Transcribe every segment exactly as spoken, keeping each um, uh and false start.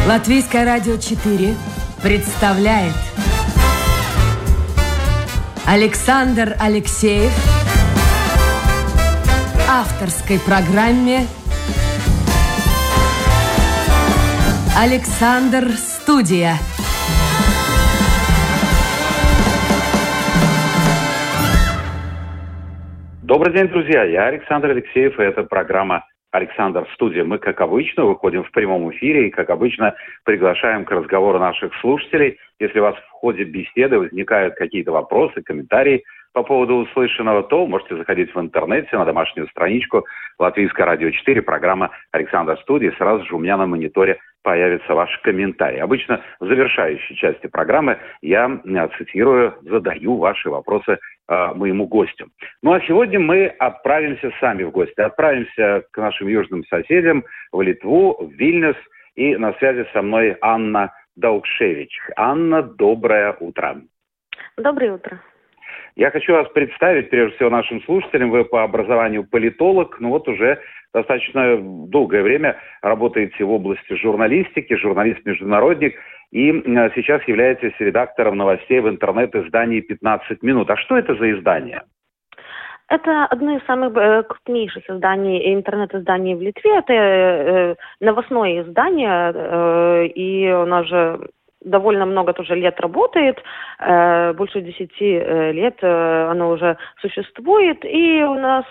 Латвийское радио четыре представляет Александр Алексеев в авторской программе «Александр Студия». Добрый день, друзья. Я Александр Алексеев, и это программа «Александр Студия». Мы, как обычно, выходим в прямом эфире и, как обычно, приглашаем к разговору наших слушателей. Если у вас в ходе беседы возникают какие-то вопросы, комментарии по поводу услышанного, то можете заходить в интернете на домашнюю страничку Латвийское радио четыре, программа «Александр Студия». Сразу же у меня на мониторе появится ваш комментарий. Обычно в завершающей части программы я цитирую, задаю ваши вопросы э, моему гостю. Ну а сегодня мы отправимся сами в гости. Отправимся к нашим южным соседям в Литву, в Вильнюс. И на связи со мной Анна Даукшевич. Анна, доброе утро. Доброе утро. Я хочу вас представить, прежде всего, нашим слушателям. Вы по образованию политолог, но вот уже достаточно долгое время работаете в области журналистики, журналист-международник, и сейчас являетесь редактором новостей в интернет-издании «пятнадцать минут». А что это за издание? Это одно из самых крупнейших изданий, интернет-изданий в Литве. Это э, новостное издание, э, и у нас же довольно много тоже лет работает, э, больше десяти э, лет э, оно уже существует, и у нас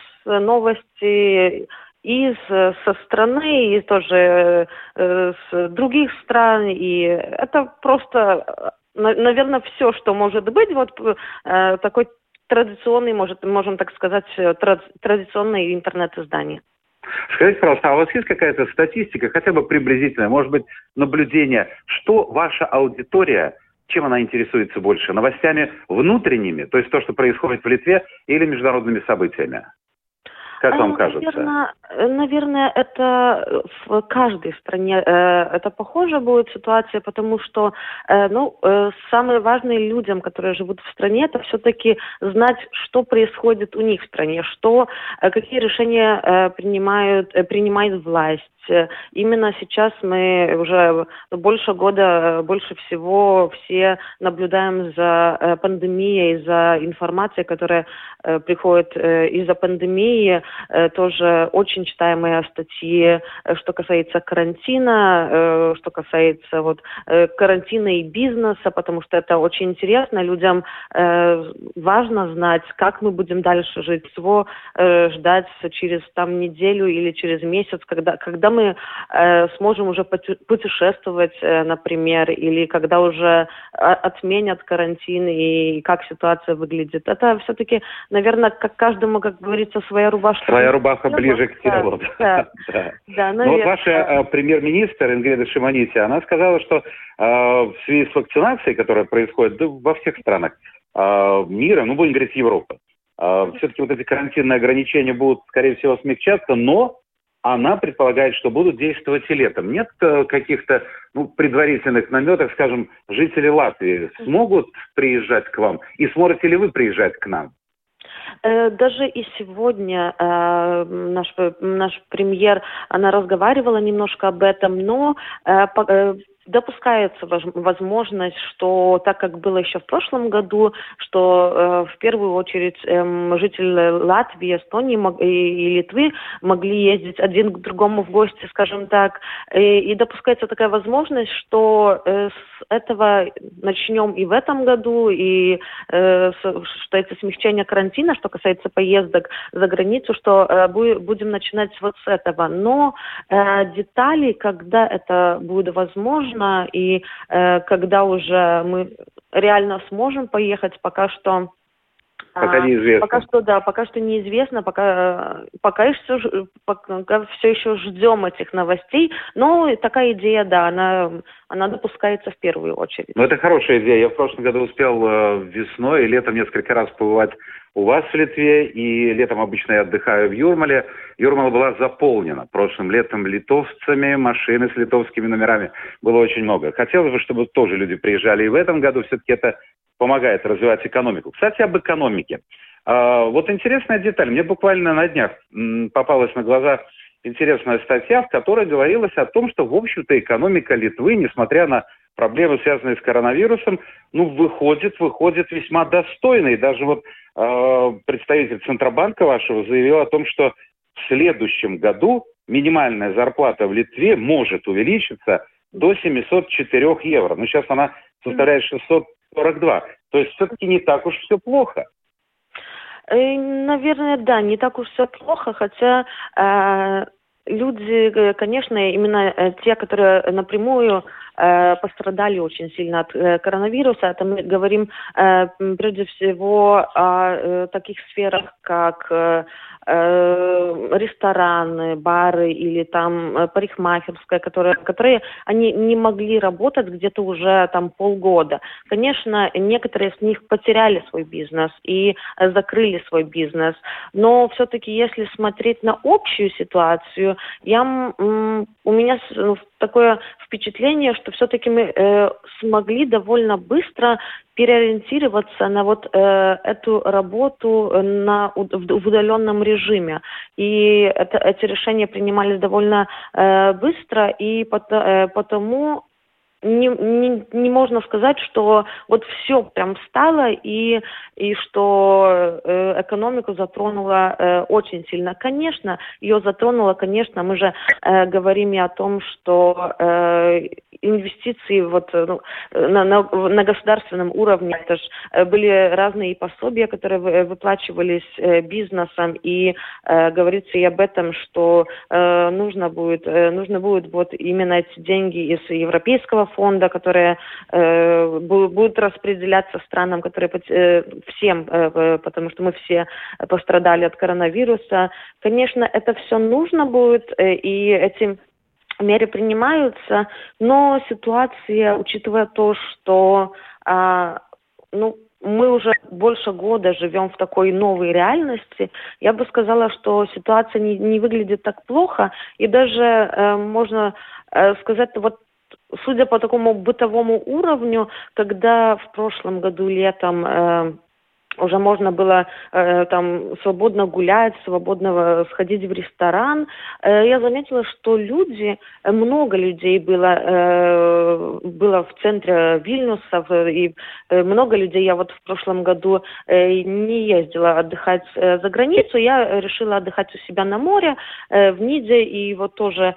новости из со страны, и тоже э, с других стран, и это просто, наверное, все, что может быть, вот э, такой традиционный, может, можем так сказать, традиционное интернет-издание. Скажите, пожалуйста, а у вас есть какая-то статистика, хотя бы приблизительная, может быть, наблюдение, что ваша аудитория, чем она интересуется больше, новостями внутренними, то есть то, что происходит в Литве, или международными событиями? Как вам кажется? Наверное, наверное, это в каждой стране э, это похожая будет ситуация, потому что э, ну, э, самое важное людям, которые живут в стране, это все-таки знать, что происходит у них в стране, что, э, какие решения э, принимают, э, принимает власть. Именно сейчас мы уже больше года, больше всего все наблюдаем за пандемией, за информацией, которая приходит из-за пандемии. Тоже очень читаемые статьи, что касается карантина, что касается вот карантина и бизнеса, потому что это очень интересно. Людям важно знать, как мы будем дальше жить, чего ждать через там неделю или через месяц, когда, когда мы э, сможем уже путешествовать, э, например, или когда уже отменят карантин и как ситуация выглядит. Это все-таки, наверное, как каждому, как говорится, своя рубашка. Своя рубаха ближе к телу. Да, да. Да, Но вот ваша э, премьер-министр Ингрида Шимоняте, она сказала, что э, в связи с вакцинацией, которая происходит да, во всех странах э, мира, ну, будем говорить, Европы, э, все-таки вот эти карантинные ограничения будут, скорее всего, смягчаться, но она предполагает, что будут действовать и летом. Нет э, каких-то ну, предварительных наметов, скажем, жители Латвии смогут приезжать к вам? И сможете ли вы приезжать к нам? Даже и сегодня э, наш, наш премьер, она разговаривала немножко об этом, но э, по, э, допускается возможность, что так как было еще в прошлом году, что э, в первую очередь э, жители Латвии, Эстонии и, и Литвы могли ездить один к другому в гости, скажем так, и, и допускается такая возможность, что э, с этого начнем и в этом году, и э, что это смягчение карантина, что касается поездок за границу, что э, будем начинать вот с этого. Но э, детали, когда это будет возможно, и э, когда уже мы реально сможем поехать, пока что пока неизвестно. Пока что, да, пока что неизвестно, пока, пока, еще, пока все еще ждем этих новостей, но такая идея, да, она, она допускается в первую очередь. Ну, это хорошая идея. Я в прошлом году успел э, весной и летом несколько раз побывать у вас в Литве, и летом обычно я отдыхаю в Юрмале. Юрмала была заполнена прошлым летом литовцами, машины с литовскими номерами. Было очень много. Хотелось бы, чтобы тоже люди приезжали и в этом году. Все-таки это помогает развивать экономику. Кстати, об экономике. А, вот интересная деталь. Мне буквально на днях м, попалась на глаза интересная статья, в которой говорилось о том, что, в общем-то, экономика Литвы, несмотря на проблемы, связанные с коронавирусом, ну, выходит, выходит весьма достойной. Даже вот э, представитель Центробанка вашего заявил о том, что в следующем году минимальная зарплата в Литве может увеличиться до семьсот четыре евро. Ну, сейчас она составляет шестьсот сорок два. То есть все-таки не так уж все плохо. Наверное, да, не так уж все плохо, хотя э, люди, конечно, именно те, которые напрямую э, пострадали очень сильно от э, коронавируса, это мы говорим э, прежде всего о э, таких сферах, как э, рестораны, бары или там парикмахерская, которые, которые они не могли работать где-то уже там полгода. Конечно, некоторые из них потеряли свой бизнес и закрыли свой бизнес, но все-таки если смотреть на общую ситуацию, я, у меня такое впечатление, что все-таки мы э, смогли довольно быстро переориентироваться на вот э, эту работу на, в, в удаленном режиме. И это, эти решения принимались довольно э, быстро, и пото, э, потому не, не, не можно сказать, что вот все прям встало, и, и что э, экономику затронуло э, очень сильно. Конечно, ее затронуло, конечно, мы же э, говорим и о том, что э, инвестиции вот, ну, на, на, на государственном уровне, это же были разные пособия, которые выплачивались э, бизнесом, и э, говорится и об этом, что э, нужно будет, э, нужно будет вот именно эти деньги из Европейского фонда, которые э, будут распределяться странам, которые э, всем, э, потому что мы все пострадали от коронавируса. Конечно, это все нужно будет, э, и этим меры принимаются, но ситуация, учитывая то, что а, ну, мы уже больше года живем в такой новой реальности, я бы сказала, что ситуация не, не выглядит так плохо, и даже э, можно э, сказать, вот судя по такому бытовому уровню, когда в прошлом году летом э, уже можно было э, там свободно гулять, свободно сходить в ресторан. Э, я заметила, что люди, много людей было, э, было в центре Вильнюса, и э, много людей. Я вот в прошлом году э, не ездила отдыхать э, за границу, я решила отдыхать у себя на море, э, в Ниде, и вот тоже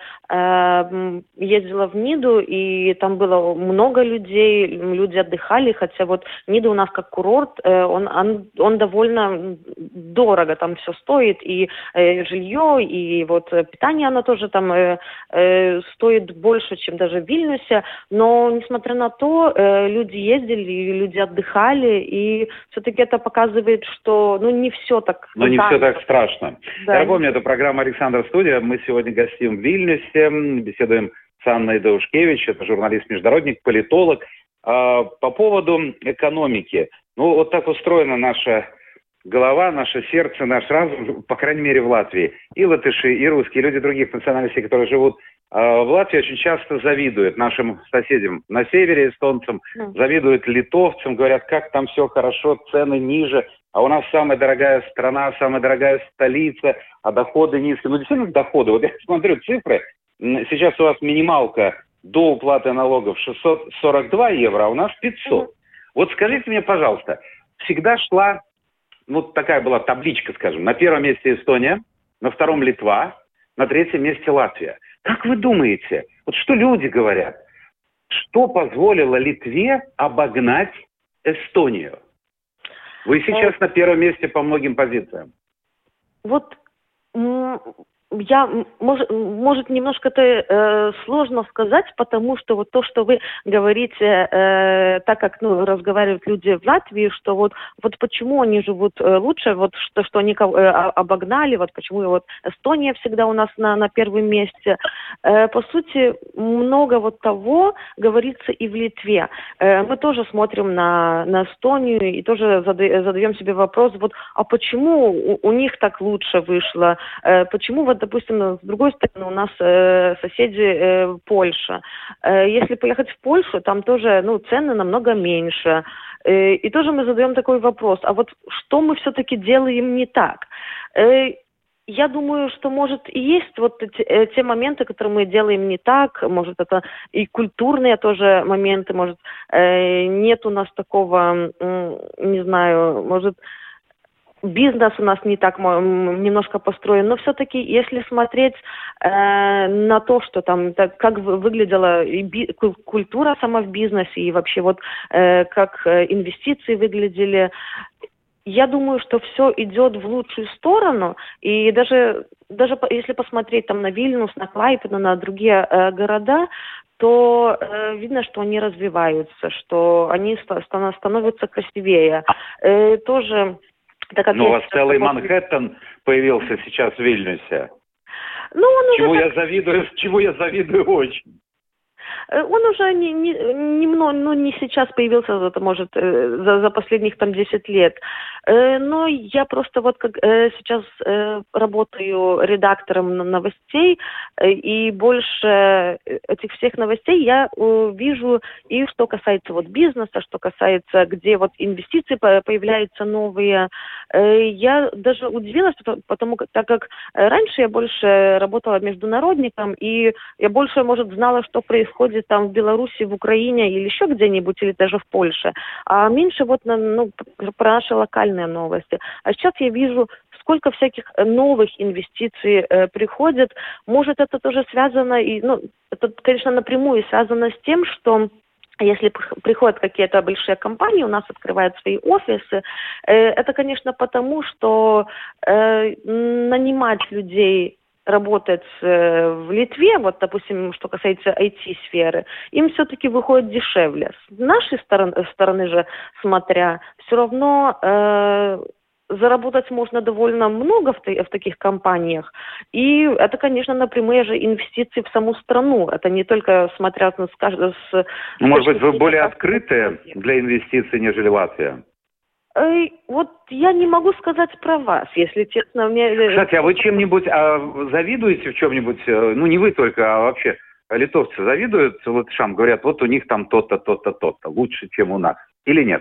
э, ездила в Ниду, и там было много людей, люди отдыхали, хотя вот Нида у нас как курорт, э, он Он, он довольно дорого там все стоит, и э, жилье, и вот питание, оно тоже там э, э, стоит больше, чем даже в Вильнюсе, но несмотря на то, э, люди ездили, люди отдыхали, и все-таки это показывает, что ну не все так... Но не все так страшно. Да. Я напомню, это программа «Александр Студия». Мы сегодня гостим в Вильнюсе, беседуем с Анной Даушкевич, это журналист-международник, политолог. По поводу экономики. Ну, вот так устроена наша голова, наше сердце, наш разум, по крайней мере, в Латвии. И латыши, и русские, и люди других национальностей, которые живут э, в Латвии, очень часто завидуют нашим соседям на севере, эстонцам, mm. завидуют литовцам, говорят, как там все хорошо, цены ниже, а у нас самая дорогая страна, самая дорогая столица, а доходы низкие. Ну, действительно, доходы. Вот я смотрю цифры, сейчас у вас минималка до уплаты налогов шестьсот сорок два евро, а у нас пятьсот. Mm-hmm. Вот скажите мне, пожалуйста, всегда шла, ну такая была табличка, скажем, на первом месте Эстония, на втором Литва, на третьем месте Латвия. Как вы думаете, вот что люди говорят, что позволило Литве обогнать Эстонию? Вы сейчас mm-hmm. на первом месте по многим позициям. Вот... Mm- Я, может, может немножко это э, сложно сказать, потому что вот то, что вы говорите, э, так как ну, разговаривают люди в Латвии, что вот, вот почему они живут э, лучше, вот что, что они э, обогнали, вот почему вот Эстония всегда у нас на, на первом месте. Э, по сути, много вот того говорится и в Литве. Э, мы тоже смотрим на, на Эстонию и тоже задаем себе вопрос, вот, а почему у, у них так лучше вышло, э, почему вот допустим, с другой стороны, у нас э, соседи э, Польша. Э, если поехать в Польшу, там тоже ну, цены намного меньше. Э, и тоже мы задаем такой вопрос, а вот что мы все-таки делаем не так? Э, Я думаю, что, может, и есть вот эти, э, те моменты, которые мы делаем не так, может, это и культурные тоже моменты, может, э, нет у нас такого, э, не знаю, может, бизнес у нас не так м, немножко построен, но все-таки, если смотреть э, на то, что там, так, как вы- выглядела и би- ку- культура сама в бизнесе, и вообще вот э, как э, инвестиции выглядели, я думаю, что все идет в лучшую сторону, и даже, даже по- если посмотреть там на Вильнюс, на Клайпеду, на другие э, города, то э, видно, что они развиваются, что они ста- ста- становятся красивее. Э, тоже, так как Ну, у я вас сейчас целый работаю- Манхэттен появился сейчас в Вильнюсе. Ну, он Чему уже я завидую, чему я завидую очень. Э, Он уже не, не, немного, ну, не сейчас появился, это может, э, за, за последних там десять лет. Э, Но я просто вот как э, сейчас э, работаю редактором н- новостей, э, и больше этих всех новостей я э, вижу и что касается вот бизнеса, что касается, где вот инвестиции по- появляются новые. Э, Я даже удивилась, потому, потому как, так как э, раньше я больше работала международником, и я больше, может, знала, что происходит там в Беларуси, в Украине или еще где-нибудь, или даже в Польше, а меньше вот на, ну, п- про наши локальные новости. А сейчас я вижу, сколько всяких э, новых инвестиций э, приходит. Может, это тоже связано, и, ну, это, конечно, напрямую связано с тем, что если пр- приходят какие-то большие компании, у нас открывают свои офисы, э, это, конечно, потому, что э, нанимать людей работать э, в Литве, вот, допустим, что касается ай ти-сферы, им все-таки выходит дешевле. С нашей стороны, стороны же, смотря, все равно э, заработать можно довольно много в, та- в таких компаниях. И это, конечно, напрямую же инвестиции в саму страну. Это не только смотря ну, с, кажд- с Ну, может быть, вы точки более зрения открыты для инвестиций, нежели Латвия? Э, Вот я не могу сказать про вас, если честно. Мне... э, Кстати, а вы чем-нибудь а, завидуете в чем-нибудь? э, Ну, не вы только, а вообще литовцы завидуют латышам? Говорят, вот у них там то-то, то-то, то-то. Лучше, чем у нас. Или нет?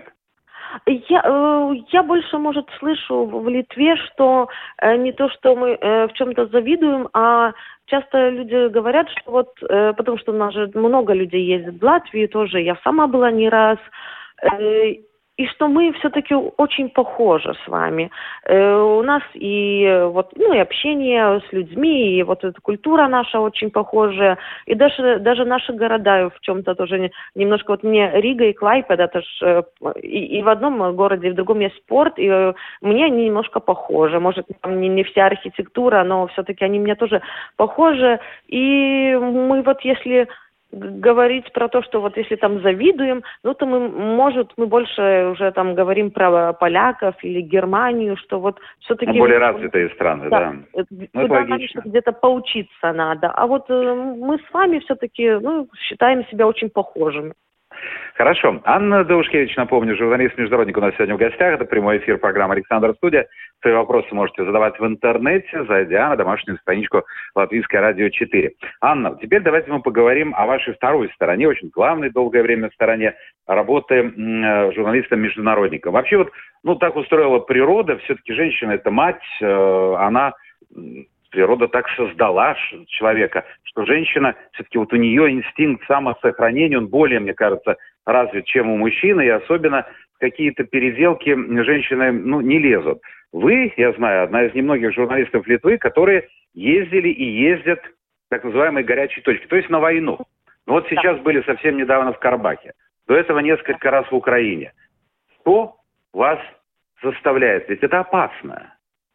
Я, э, я больше, может, слышу в в Литве, что э, не то, что мы э, в чем-то завидуем, а часто люди говорят, что вот, э, потому что у нас же много людей ездит в Латвию тоже, я сама была не раз, э, и что мы все-таки очень похожи с вами. Э, у нас и э, вот, ну, и общение с людьми, и вот эта культура наша очень похожая, и даже, даже наши города в чем-то тоже не- немножко, вот мне Рига и Клайпеда, это ж э, и, и в одном городе, и в другом есть спорт, и э, мне они немножко похожи. Может, там не, не вся архитектура, но все-таки они мне тоже похожи. И мы вот если г- говорить про то, что вот если там завидуем, ну то мы, может, мы больше уже там говорим про поляков или Германию, что вот все-таки... Ну, более развитые страны, да. э, Ну, это Куда нам логично. еще где-то поучиться надо. А вот э, мы с вами все-таки, ну, считаем себя очень похожими. Хорошо. Анна Даушкевич, напомню, журналист-международник у нас сегодня в гостях. Это прямой эфир программы «Александр Студия». Свои вопросы можете задавать в интернете, зайдя на домашнюю страничку Латвийское радио четыре. Анна, теперь давайте мы поговорим о вашей второй стороне, очень главной долгое время стороне работы м, журналистом-международником. Вообще вот, ну, так устроила природа, все-таки женщина – это мать, э, она... м, Природа так создала ш- человека, что женщина, все-таки вот у нее инстинкт самосохранения, он более, мне кажется, развит, чем у мужчины, и особенно в какие-то переделки женщины, ну, не лезут. Вы, я знаю, одна из немногих журналистов Литвы, которые ездили и ездят в так называемые горячие точки, то есть на войну. Ну, вот сейчас были совсем недавно в Карабахе, до этого несколько раз в Украине. Что вас заставляет? Ведь это опасно.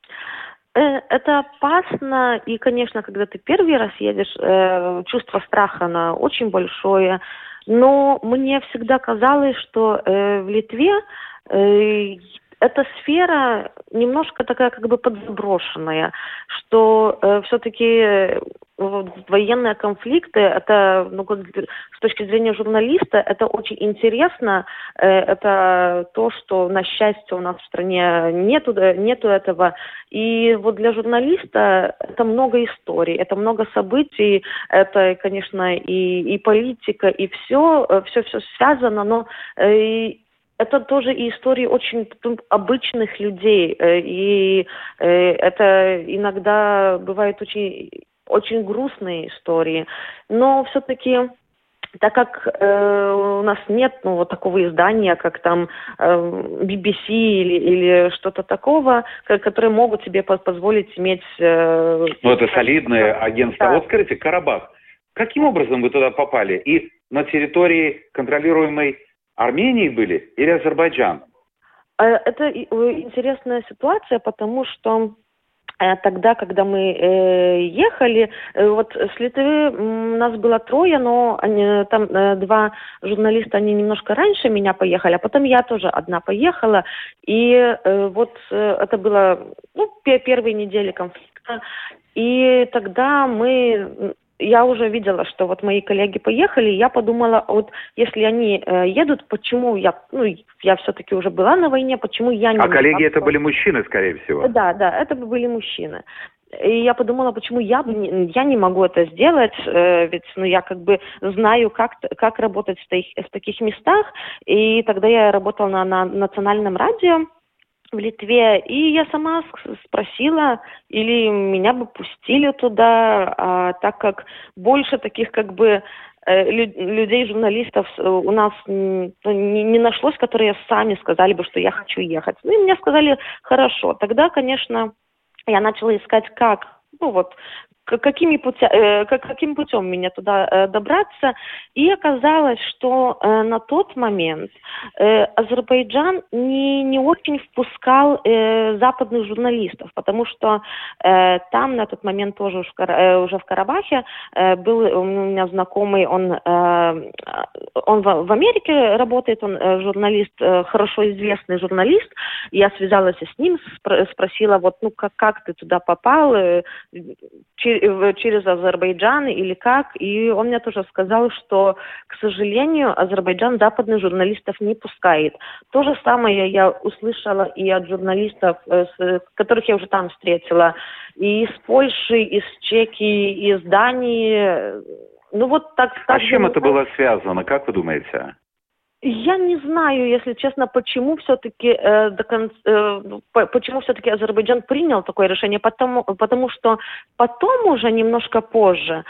Э, Это опасно, и, конечно, когда ты первый раз едешь, э, чувство страха, оно очень большое. Но мне всегда казалось, что э, в Литве э, эта сфера немножко такая как бы подзаброшенная, что э, все-таки э, вот военные конфликты, это, ну, как с точки зрения журналиста, это очень интересно. Э, это то, что, на счастье, у нас в стране нету, нету этого. И вот для журналиста это много историй, это много событий, это, конечно, и, и политика, и все, все, все связано, но э, это тоже и истории очень обычных людей. И это иногда бывают очень, очень грустные истории. Но все-таки, так как э, у нас нет ну, вот такого издания, как там э, би би си или, или что-то такого, которое могут себе позволить иметь... Э, ну, это солидное агентство. Да. Вот скажите, Карабах, каким образом вы туда попали? И на территории, контролируемой Арменией были или Азербайджаном? Это интересная ситуация, потому что тогда, когда мы э, ехали, э, вот с Литвы у нас было трое, но они, там э, два журналиста, они немножко раньше меня поехали, а потом я тоже одна поехала. И э, вот э, это было ну, первые недели конфликта. И тогда мы... Я уже видела, что вот мои коллеги поехали, и я подумала, вот если они э, едут, почему я, ну, я все-таки уже была на войне, почему я не... А коллеги могла... это были мужчины, скорее всего? Да, да, это были мужчины. И я подумала, почему я, бы не, я не могу это сделать, э, ведь ну, я как бы знаю, как, как работать в, таких, в таких местах, и тогда я работала на, на национальном радио в Литве, и я сама спросила, или меня бы пустили туда, а, так как больше таких как бы людей, журналистов у нас не, не нашлось, которые сами сказали бы, что я хочу ехать. Ну и мне сказали, хорошо. Тогда, конечно, я начала искать, как, ну вот, какими путя, э, каким путем мне туда э, добраться. И оказалось, что э, на тот момент э, Азербайджан не, не очень впускал э, западных журналистов, потому что э, там на тот момент тоже уж, э, уже в Карабахе э, был у меня знакомый, он, э, он в, в Америке работает, он э, журналист, э, хорошо известный журналист. Я связалась с ним, спро- спросила, вот, ну, как, как ты туда попал, э, через Азербайджан или как, и он мне тоже сказал, что, к сожалению, Азербайджан западных журналистов не пускает. То же самое я услышала и от журналистов, которых я уже там встретила, и из Польши, из Чехии, из Дании. Ну вот так. А с чем это было связано, как вы думаете? Я не знаю, если честно, почему все-таки э, до конца, э, почему все-таки Азербайджан принял такое решение, потому, потому что потом уже немножко позже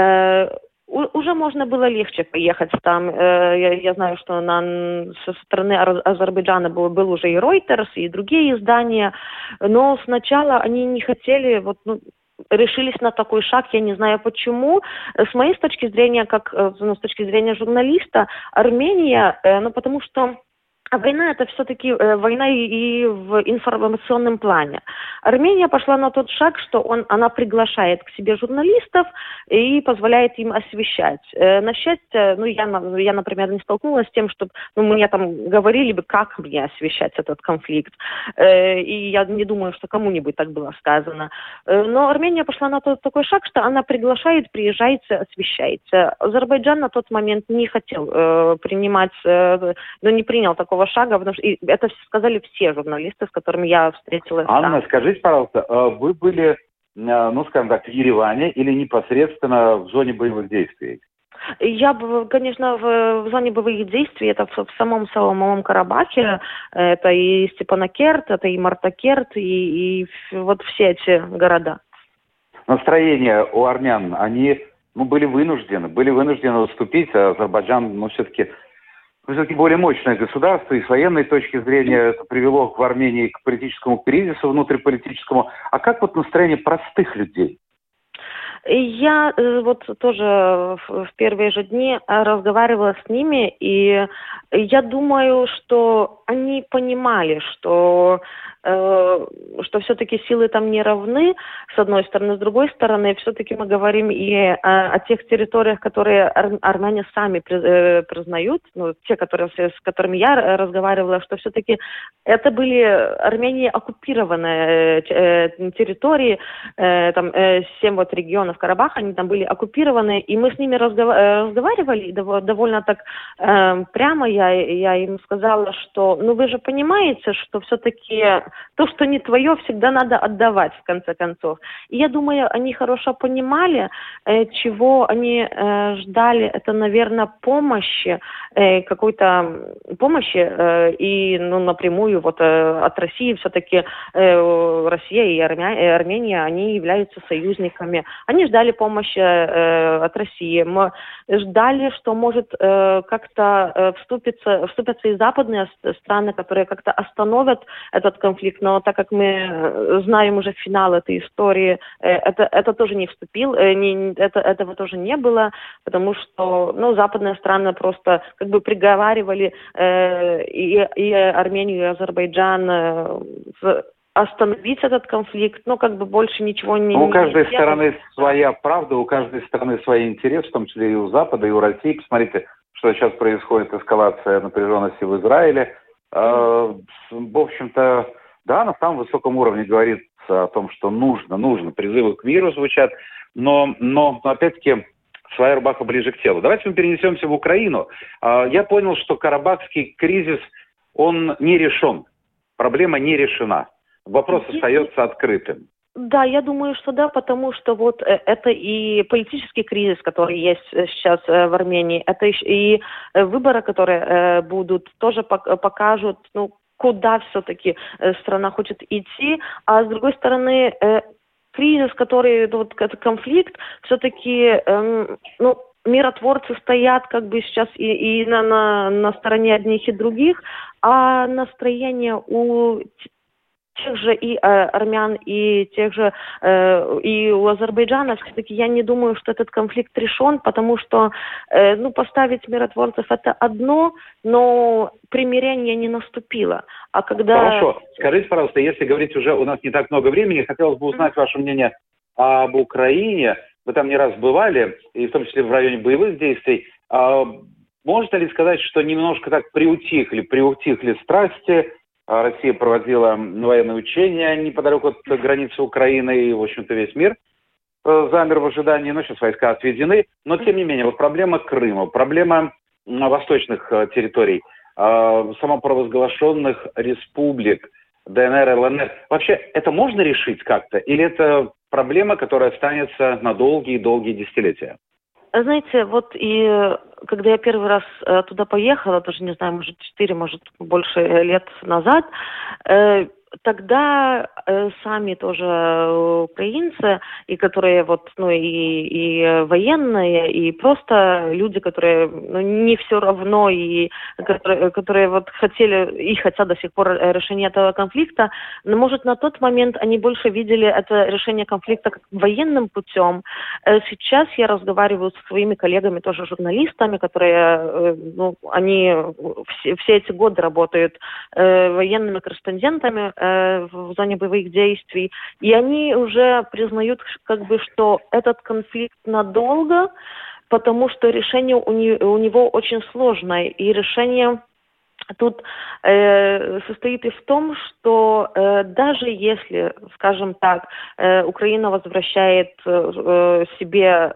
э, у, уже можно было легче поехать там. Э, я, я знаю, что на, со стороны Азербайджана был, был уже и Reuters, и другие издания, но сначала они не хотели вот ну, решились на такой шаг, я не знаю почему. С моей точки зрения, как ну, с точки зрения журналиста, Армения, э, ну потому что война это все-таки э, война и, и в информационном плане. Армения пошла на тот шаг, что он, она приглашает к себе журналистов и позволяет им освещать. Э, на счастье, ну я, я, например, не столкнулась с тем, что ну, мне там говорили бы, как мне освещать этот конфликт. Э, и я не думаю, что кому-нибудь так было сказано. Э, но Армения пошла на тот такой шаг, что она приглашает, приезжайте, освещайте. Азербайджан на тот момент не хотел э, принимать, э, ну не принял такого шага, потому что и это сказали все журналисты, с которыми я встретилась. Анна, скажите, пожалуйста, вы были, ну, скажем так, в Ереване или непосредственно в зоне боевых действий? Я, конечно, в, в зоне боевых действий, это в, в самом самом Карабахе, это и Степанакерт, это и Мартакерт, и, и вот все эти города. Настроения у армян, они ну, были вынуждены, были вынуждены уступить, а Азербайджан, ну, все-таки все-таки более мощное государство, и с военной точки зрения это привело в Армении к политическому кризису, внутриполитическому. А как вот настроение простых людей? Я вот тоже в первые же дни разговаривала с ними, и я думаю, что они понимали, что, э, что все-таки силы там не равны, с одной стороны. С другой стороны, все-таки мы говорим и о, о тех территориях, которые ар- армяне сами при, э, признают, ну, те, которые, с которыми я разговаривала, что все-таки это были Армении оккупированные э, территории, э, там, э, семь вот регионов, регионов Карабаха, они там были оккупированы, и мы с ними разгов- разговаривали дов- довольно так э, прямо. Я, я им сказала, что, ну вы же понимаете, что все-таки то, что не твое, всегда надо отдавать, в конце концов. И я думаю, они хорошо понимали, э, чего они э, ждали, это, наверное, помощи, э, какой-то помощи, э, и ну, напрямую вот э, от России все-таки э, Россия и Армя- и Армения, они являются союзниками. Они ждали помощи э, от России. Мы ждали, что может э, как-то э, вступиться, вступятся и западные страны, которые как-то остановят этот конфликт. Но так как мы знаем уже финал этой истории, э, это, это тоже не вступил, э, не, это, этого тоже не было, потому что ну, западные страны просто как бы приговаривали э, и, и Армению, и Азербайджан э, в остановить этот конфликт, но как бы больше ничего не... У каждой не стороны своя правда, у каждой стороны свои интересы, в том числе и у Запада, и у России. Посмотрите, что сейчас происходит, эскалация напряженности в Израиле. Э, в общем-то, да, на самом высоком уровне говорится о том, что нужно, нужно, призывы к миру звучат, но, но, но опять-таки, своя рубаха ближе к телу. Давайте мы перенесемся в Украину. Э, я понял, что карабахский кризис, он не решен, проблема не решена. Вопрос остается открытым. Да, я думаю, что да, потому что вот это и политический кризис, который есть сейчас в Армении, это и выборы, которые будут, тоже покажут, ну, куда все-таки страна хочет идти, а с другой стороны, кризис, который, вот этот конфликт, все-таки, ну, миротворцы стоят как бы сейчас и, и на, на, на стороне одних и других, а настроение у тех же и э, армян, и тех же э, и у Азербайджана, все-таки я не думаю, что этот конфликт решен, потому что э, ну, поставить миротворцев это одно, но примирение не наступило. А когда... Хорошо. Скажите, пожалуйста, если говорить уже, у нас не так много времени, хотелось бы узнать mm-hmm. ваше мнение об Украине. Вы там не раз бывали, и в том числе в районе боевых действий. А, можно ли сказать, что немножко так приутихли, приутихли страсти? Россия проводила военные учения неподалеку от границы Украины, и, в общем-то, весь мир замер в ожидании, но сейчас войска отведены. Но, тем не менее, вот проблема Крыма, проблема восточных территорий, самопровозглашенных республик, ДНР, ЛНР. Вообще, это можно решить как-то? Или это проблема, которая останется на долгие-долгие десятилетия? Знаете, вот и когда я первый раз э, туда поехала, тоже не знаю, может, четыре, может, больше лет назад, э, тогда э, сами тоже украинцы, и которые вот, ну, и, и военные, и просто люди, которые, ну, не все равно, и которые, которые вот хотели, и хотят до сих пор решения этого конфликта, но, может, на тот момент они больше видели это решение конфликта как военным путем. Э, сейчас я разговариваю со своими коллегами, тоже журналистами, которые, э, ну, они все, все эти годы работают э, военными корреспондентами, в зоне боевых действий, и они уже признают, как бы, что этот конфликт надолго, потому что решение у, не, у него очень сложное, и решение тут э, состоит и в том, что э, даже если, скажем так, э, Украина возвращает э, себе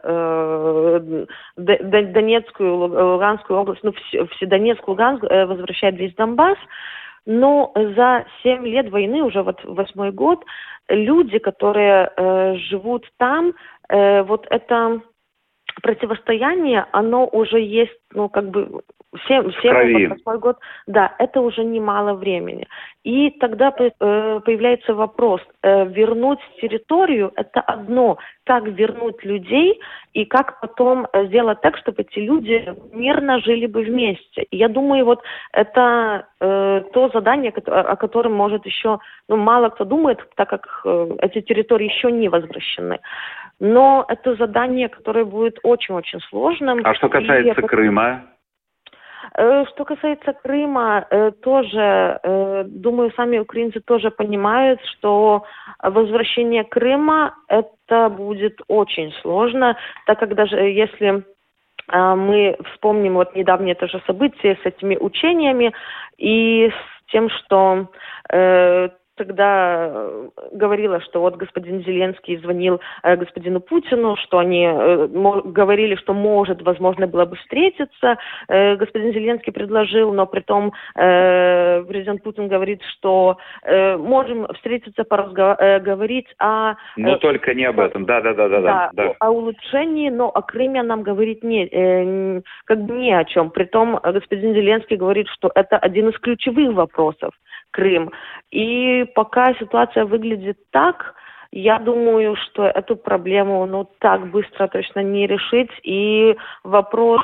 э, Донецкую, Луганскую область, ну, все, все Донецк, Луганск, э, возвращает весь Донбасс, но за семь лет войны, уже вот восьмой год, люди, которые э, живут там, э, вот это противостояние, оно уже есть, ну, как бы, семь, семь, восьмой год, да, это уже немало времени. И тогда э, появляется вопрос, э, вернуть территорию, это одно, как вернуть людей, и как потом сделать так, чтобы эти люди мирно жили бы вместе. И я думаю, вот это э, то задание, о котором, может, еще, ну, мало кто думает, так как э, эти территории еще не возвращены. Но это задание, которое будет очень-очень сложным. А что касается и... Крыма? Что касается Крыма, тоже, думаю, сами украинцы тоже понимают, что возвращение Крыма это будет очень сложно, так как даже если мы вспомним вот недавнее тоже событие с этими учениями и с тем, что тогда говорила, что вот господин Зеленский звонил э, господину Путину, что они э, мо- говорили, что может, возможно, было бы встретиться. Э, господин Зеленский предложил, но при том э, президент Путин говорит, что э, можем встретиться, поговорить о... Э, но только не об этом, да-да-да. Да, да, о улучшении, но о Крыме нам говорить не, э, как бы ни о чем. Притом господин Зеленский говорит, что это один из ключевых вопросов. Крым. И пока ситуация выглядит так, я думаю, что эту проблему ну, так быстро точно не решить. И вопрос,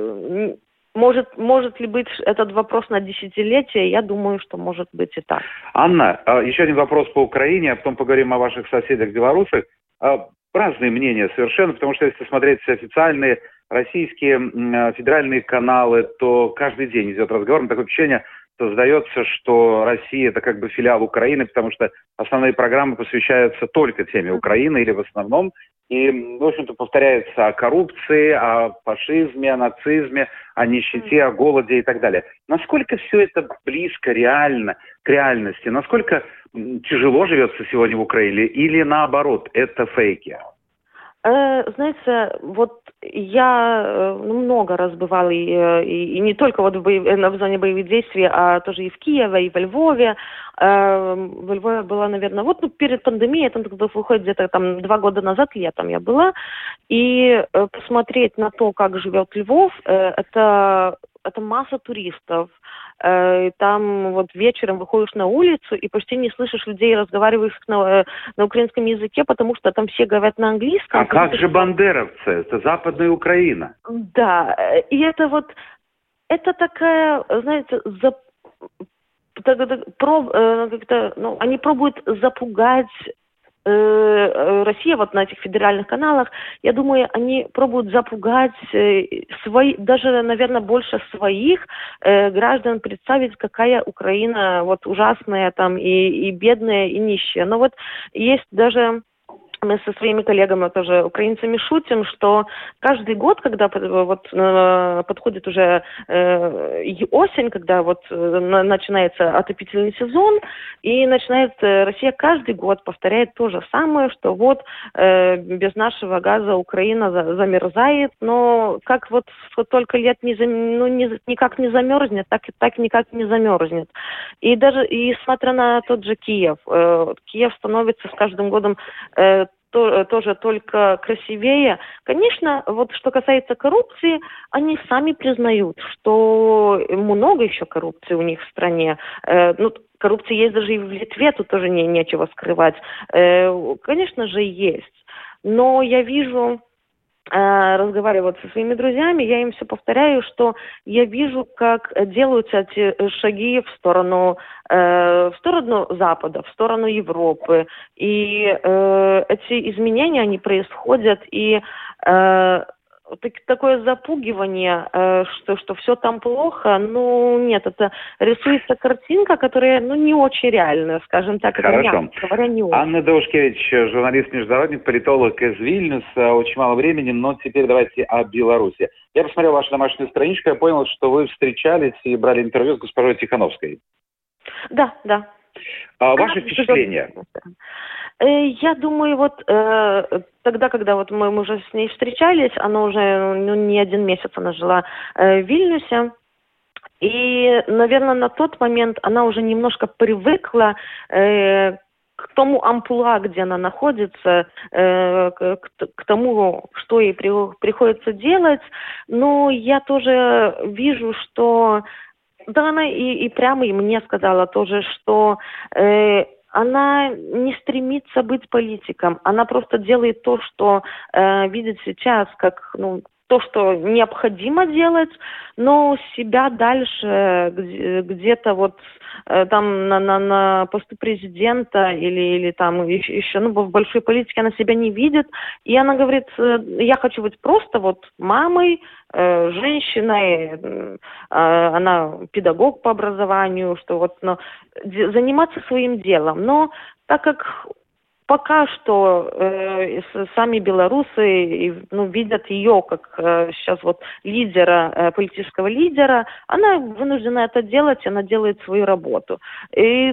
может, может ли быть этот вопрос на десятилетие, я думаю, что может быть и так. Анна, еще один вопрос по Украине, а потом поговорим о ваших соседях белорусах. Разные мнения совершенно, потому что если смотреть официальные российские федеральные каналы, то каждый день идет разговор, на такое впечатление создается, что Россия это как бы филиал Украины, потому что основные программы посвящаются только теме Украины или в основном. И, в общем-то, повторяется о коррупции, о фашизме, о нацизме, о нищете, о голоде и так далее. Насколько все это близко, реально, к реальности? Насколько тяжело живется сегодня в Украине? Или наоборот, это фейки? Знаете, вот я много раз бывала, и, и, и не только вот в, боев... в зоне боевых действий, а тоже и в Киеве, и во Львове. Во Львове была, наверное, вот ну, перед пандемией, там когда выходит где-то там два года назад, летом я была, и посмотреть на то, как живет Львов, это, это масса туристов. Там вот вечером выходишь на улицу и почти не слышишь людей, разговаривающих на, на украинском языке, потому что там все говорят на английском. А как же бандеровцы? Это Западная Украина. Да, и это вот, это такая, знаете, зап... Проб... как-то, ну, они пробуют запугать Россия вот на этих федеральных каналах, я думаю, они пробуют запугать свои, даже, наверное, больше своих э, граждан, представить, какая Украина вот ужасная там и, и бедная, и нищая. Но вот есть даже... Мы со своими коллегами, тоже украинцами, шутим, что каждый год, когда вот, э, подходит уже э, осень, когда вот э, начинается отопительный сезон, и начинает э, Россия каждый год повторяет то же самое, что вот э, без нашего газа Украина за, замерзает, но как вот только лет не, ну, не, никак не замерзнет, так, так никак не замерзнет. И даже, и смотря на тот же Киев, э, Киев становится с каждым годом э, тоже только красивее. Конечно, вот что касается коррупции, они сами признают, что много еще коррупции у них в стране. Э, ну, коррупция есть даже и в Литве, тут тоже не, нечего скрывать. Э, конечно же, есть. Но я вижу... разговаривать со своими друзьями, я им все повторяю, что я вижу, как делаются эти шаги в сторону, э, в сторону Запада, в сторону Европы. И э, эти изменения, они происходят, и э, так, такое запугивание, э, что, что все там плохо, ну нет, это рисуется картинка, которая ну, не очень реальная, скажем так. Хорошо. Это, мягко говоря, не очень. Анна Даушкевич, журналист-международник, политолог из Вильнюса. Очень мало времени, но теперь давайте о Беларуси. Я посмотрел вашу домашнюю страничку, я понял, что вы встречались и брали интервью с госпожой Тихановской. Да, да. А ваши впечатления? Я думаю, вот э, тогда, когда вот мы, мы уже с ней встречались, она уже ну, не один месяц она жила э, в Вильнюсе, и, наверное, на тот момент она уже немножко привыкла э, к тому амплуа, где она находится, э, к, к тому, что ей при, приходится делать, но я тоже вижу, что да, она и, и прямо и мне сказала тоже, что э, она не стремится быть политиком, она просто делает то, что э, видит сейчас, как ну, то, что необходимо делать, но себя дальше где- где-то вот э, там на, на, на посту президента или, или там еще, еще ну, в большой политике она себя не видит. И она говорит, э, я хочу быть просто вот мамой, э, женщиной, э, она педагог по образованию, что вот ну, д- заниматься своим делом. Но так как пока что э, сами белорусы ну, видят ее как э, сейчас вот лидера, э, политического лидера, она вынуждена это делать, она делает свою работу. И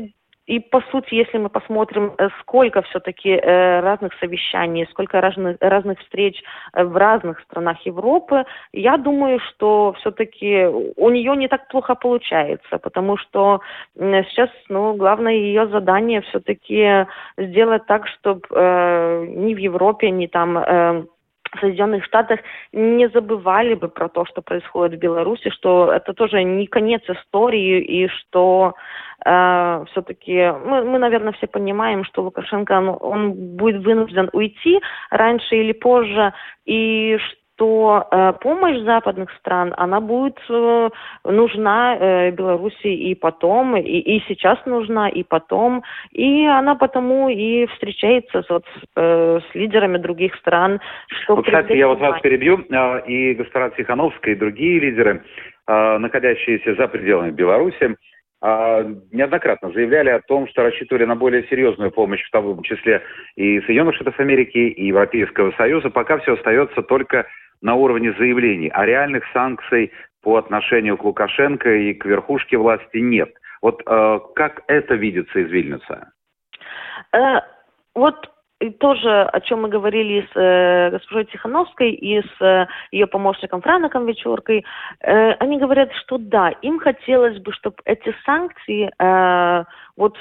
И, по сути, если мы посмотрим, сколько все-таки э, разных совещаний, сколько разных, разных встреч в разных странах Европы, я думаю, что все-таки у нее не так плохо получается, потому что э, сейчас, ну, главное ее задание все-таки сделать так, чтобы э, ни в Европе, ни там... Э, в Соединенных Штатах не забывали бы про то, что происходит в Беларуси, что это тоже не конец истории, и что э, все-таки мы, мы, наверное, все понимаем, что Лукашенко, он, он будет вынужден уйти раньше или позже, и что э, помощь западных стран, она будет э, нужна э, Беларуси и потом, и, и сейчас нужна, и потом, и она потому и встречается с, вот, э, с лидерами других стран. Что ну, кстати, я вот вас перебью, и госпожа Тихановская, и другие лидеры, находящиеся за пределами Беларуси, неоднократно заявляли о том, что рассчитывали на более серьезную помощь, в том числе и Соединенных Штатов Америки, и Европейского Союза. Пока все остается только на уровне заявлений, а реальных санкций по отношению к Лукашенко и к верхушке власти нет. Вот э, как это видится из Вильнюса? Э, вот тоже, о чем мы говорили с э, госпожой Тихановской и с э, ее помощником Франаком Вечеркой, э, они говорят, что да, им хотелось бы, чтобы эти санкции э, вот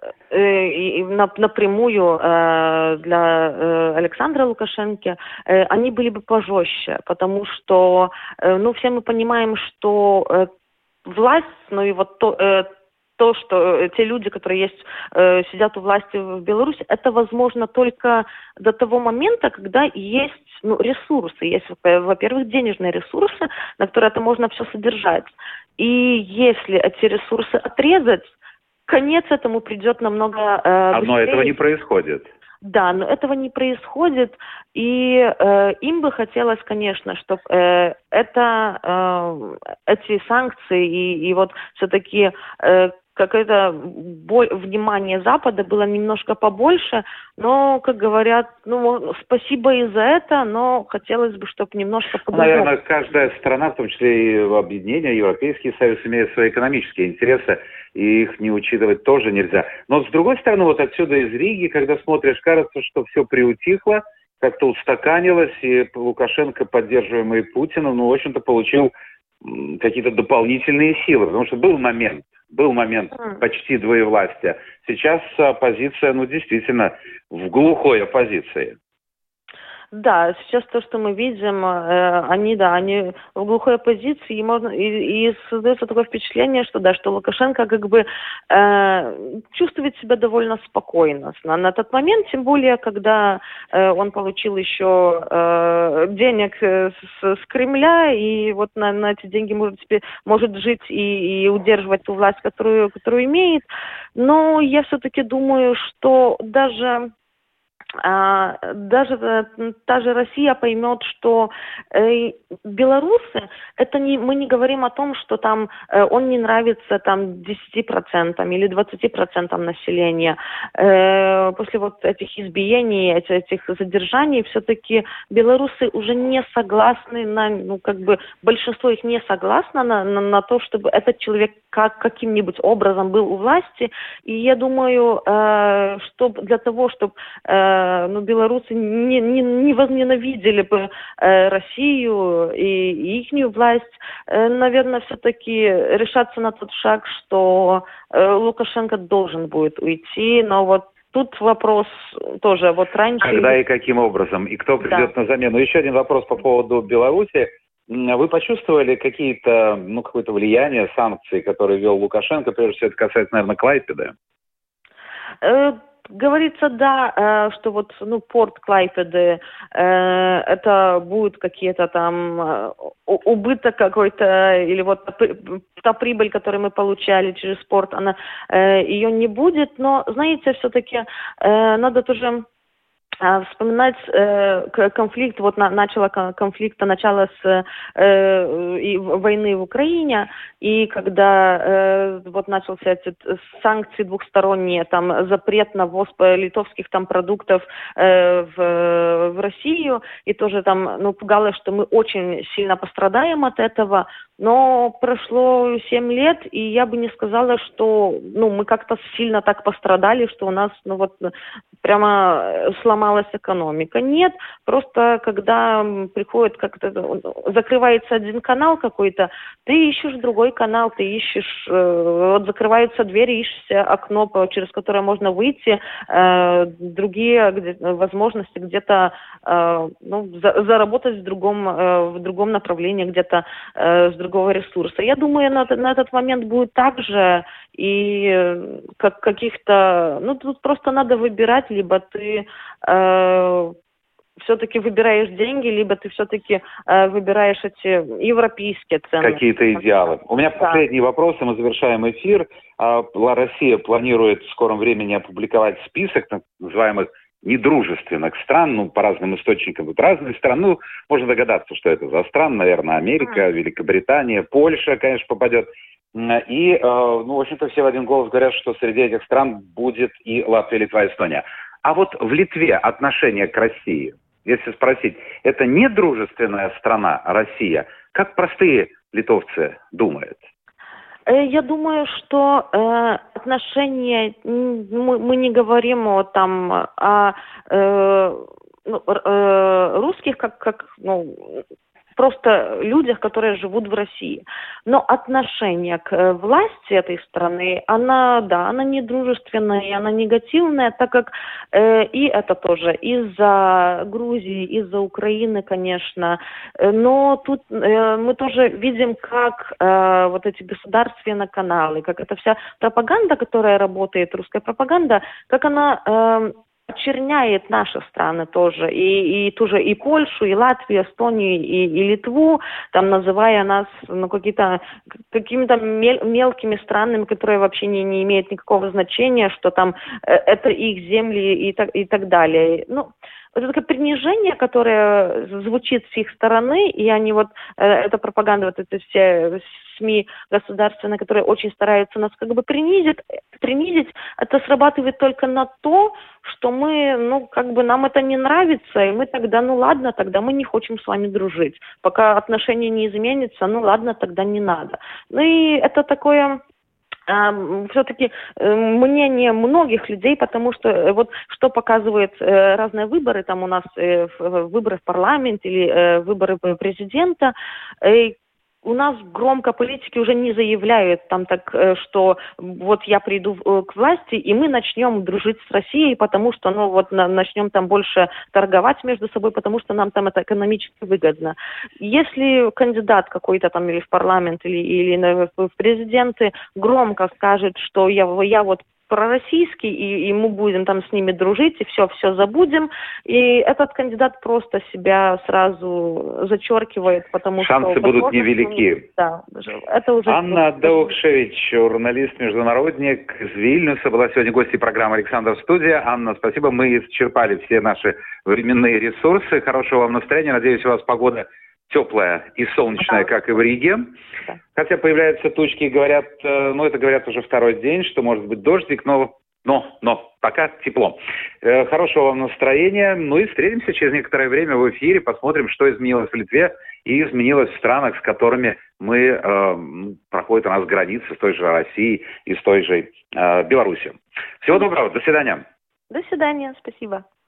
э, на, напрямую э, для э, Александра Лукашенко, э, они были бы пожестче, потому что, э, ну, все мы понимаем, что э, власть, ну и вот то, э, то, что те люди, которые есть, э, сидят у власти в Беларуси, это возможно только до того момента, когда есть, ну, ресурсы. Есть, во-первых, денежные ресурсы, на которые это можно все содержать. И если эти ресурсы отрезать, конец этому придет намного э, быстрее. Но этого не происходит. Да, но этого не происходит, и э, им бы хотелось, конечно, чтобы э, это, э, эти санкции и, и вот все-таки э, какое-то внимание Запада было немножко побольше, но, как говорят, ну, спасибо и за это, но хотелось бы, чтобы немножко по-другому. Наверное, каждая страна, в том числе и объединение, Европейский Союз, имеет свои экономические интересы, и их не учитывать тоже нельзя. Но, с другой стороны, вот отсюда из Риги, когда смотришь, кажется, что все приутихло, как-то устаканилось, и Лукашенко, поддерживаемый Путиным, ну, в общем-то, получил какие-то дополнительные силы, потому что был момент, был момент почти двоевластия. Сейчас оппозиция, ну, действительно, в глухой оппозиции. Да, сейчас то, что мы видим, э, они, да, они в глухой оппозиции, и, можно, и, и создается такое впечатление, что, да, что Лукашенко как бы э, чувствует себя довольно спокойно на, на тот момент, тем более, когда э, он получил еще э, денег с, с Кремля, и вот на, на эти деньги может, себе, может жить и, и удерживать ту власть, которую, которую имеет. Но я все-таки думаю, что даже... А, даже та же Россия поймет, что э, белорусы, это не, мы не говорим о том, что там э, он не нравится там десяти процентам или двадцати процентам населения. Э, после вот этих избиений, этих, этих задержаний, все-таки белорусы уже не согласны на, ну, как бы, большинство их не согласно на, на, на то, чтобы этот человек как, каким-нибудь образом был у власти. И я думаю, э, что для того, чтобы э, ну, белорусы не, не, не возненавидели бы э, Россию и, и ихнюю власть, э, наверное, все-таки решаться на тот шаг, что э, Лукашенко должен будет уйти, но вот тут вопрос тоже вот раньше... Когда и каким образом, и кто придет да. на замену. Еще один вопрос по поводу Беларуси. Вы почувствовали какие-то, ну, какое-то влияние санкций, которые ввел Лукашенко? Прежде всего, это касается, наверное, Клайпеды. Э, Говорится, да, э, что вот, ну, порт Клайпеды, э, это будут какие-то там э, убыток какой-то, или вот та прибыль, которую мы получали через порт, она, э, ее не будет, но, знаете, все-таки э, надо тоже... вспоминать э, конфликт, вот на, начало конфликта, начало с э, и войны в Украине, и когда э, вот начался эти санкции двухсторонние, там запрет на ввоз литовских там продуктов э, в, в Россию, и тоже там, ну, пугало, что мы очень сильно пострадаем от этого, Но прошло семь лет, и я бы не сказала, что ну, мы как-то сильно так пострадали, что у нас ну, вот, прямо сломалась экономика. Нет, просто когда приходит как-то, закрывается один канал какой-то, ты ищешь другой канал, ты ищешь, э, вот закрываются двери, ищешь окно, через которое можно выйти, э, другие где, возможности где-то э, ну, за, заработать в другом, э, в другом направлении, где-то э, с другого ресурса. Я думаю, на, на этот момент будет так же, и как каких-то... Ну, тут просто надо выбирать, либо ты э, все-таки выбираешь деньги, либо ты все-таки э, выбираешь эти европейские ценности. Какие-то идеалы. У меня да. последний вопрос, и мы завершаем эфир. Россия планирует в скором времени опубликовать список так называемых недружественных стран, ну, по разным источникам, вот разные страны, ну, можно догадаться, что это за страны, наверное, Америка, Великобритания, Польша, конечно, попадет. И, ну, в общем-то, все в один голос говорят, что среди этих стран будет и Латвия, Литва, Эстония. А вот в Литве отношение к России, если спросить, это недружественная страна Россия, как простые литовцы думают? Я думаю, что э, отношения, мы, мы не говорим о, там, о э, ну, э, русских, как, как ну, просто людях, которые живут в России. Но отношение к власти этой страны, она, да, она недружественная, и она негативная, так как э, и это тоже из-за Грузии, из-за Украины, конечно. Но тут э, мы тоже видим, как э, вот эти государственные каналы, как эта вся пропаганда, которая работает, русская пропаганда, как она... Э, очерняет наши страны тоже, и, и ту же и Польшу, и Латвию, Эстонию, и, и Литву, там называя нас ну, какие-то, какими-то мел, мелкими странами, которые вообще не, не имеют никакого значения, что там э, это их земли и так, и так далее. Ну, вот это принижение, которое звучит с их стороны, и они вот, э, эта пропаганда, вот эти все СМИ государственные, которые очень стараются нас как бы принизить, принизить, это срабатывает только на то, что мы, ну, как бы нам это не нравится, и мы тогда, ну ладно, тогда мы не хотим с вами дружить. Пока отношения не изменятся, ну ладно, тогда не надо. Ну и это такое... все-таки мнение многих людей, потому что вот что показывают разные выборы, там у нас выборы в парламент или выборы президента, у нас громко политики уже не заявляют там так, что вот я приду к власти, и мы начнем дружить с Россией, потому что, ну, вот на, начнем там больше торговать между собой, потому что нам там это экономически выгодно. Если кандидат какой-то там или в парламент, или, или в президенты громко скажет, что я, я вот пророссийский, и, и мы будем там с ними дружить, и все, все забудем. И этот кандидат просто себя сразу зачеркивает, потому Шансы что... Шансы будут невелики. Да, это уже... Анна Даукшевич, журналист-международник из Вильнюса, была сегодня гостьей программы «Александр Студия». Анна, спасибо, мы исчерпали все наши временные ресурсы. Хорошего вам настроения, надеюсь, у вас погода теплая и солнечная, да, как и в Риге. Да. Хотя появляются тучки, говорят, ну это говорят уже второй день, что может быть дождик, но, но, но пока тепло. Хорошего вам настроения, ну и встретимся через некоторое время в эфире, посмотрим, что изменилось в Литве и изменилось в странах, с которыми мы, э, проходит у нас граница с той же Россией и с той же э, Беларусью. Всего доброго, до свидания. До свидания, спасибо.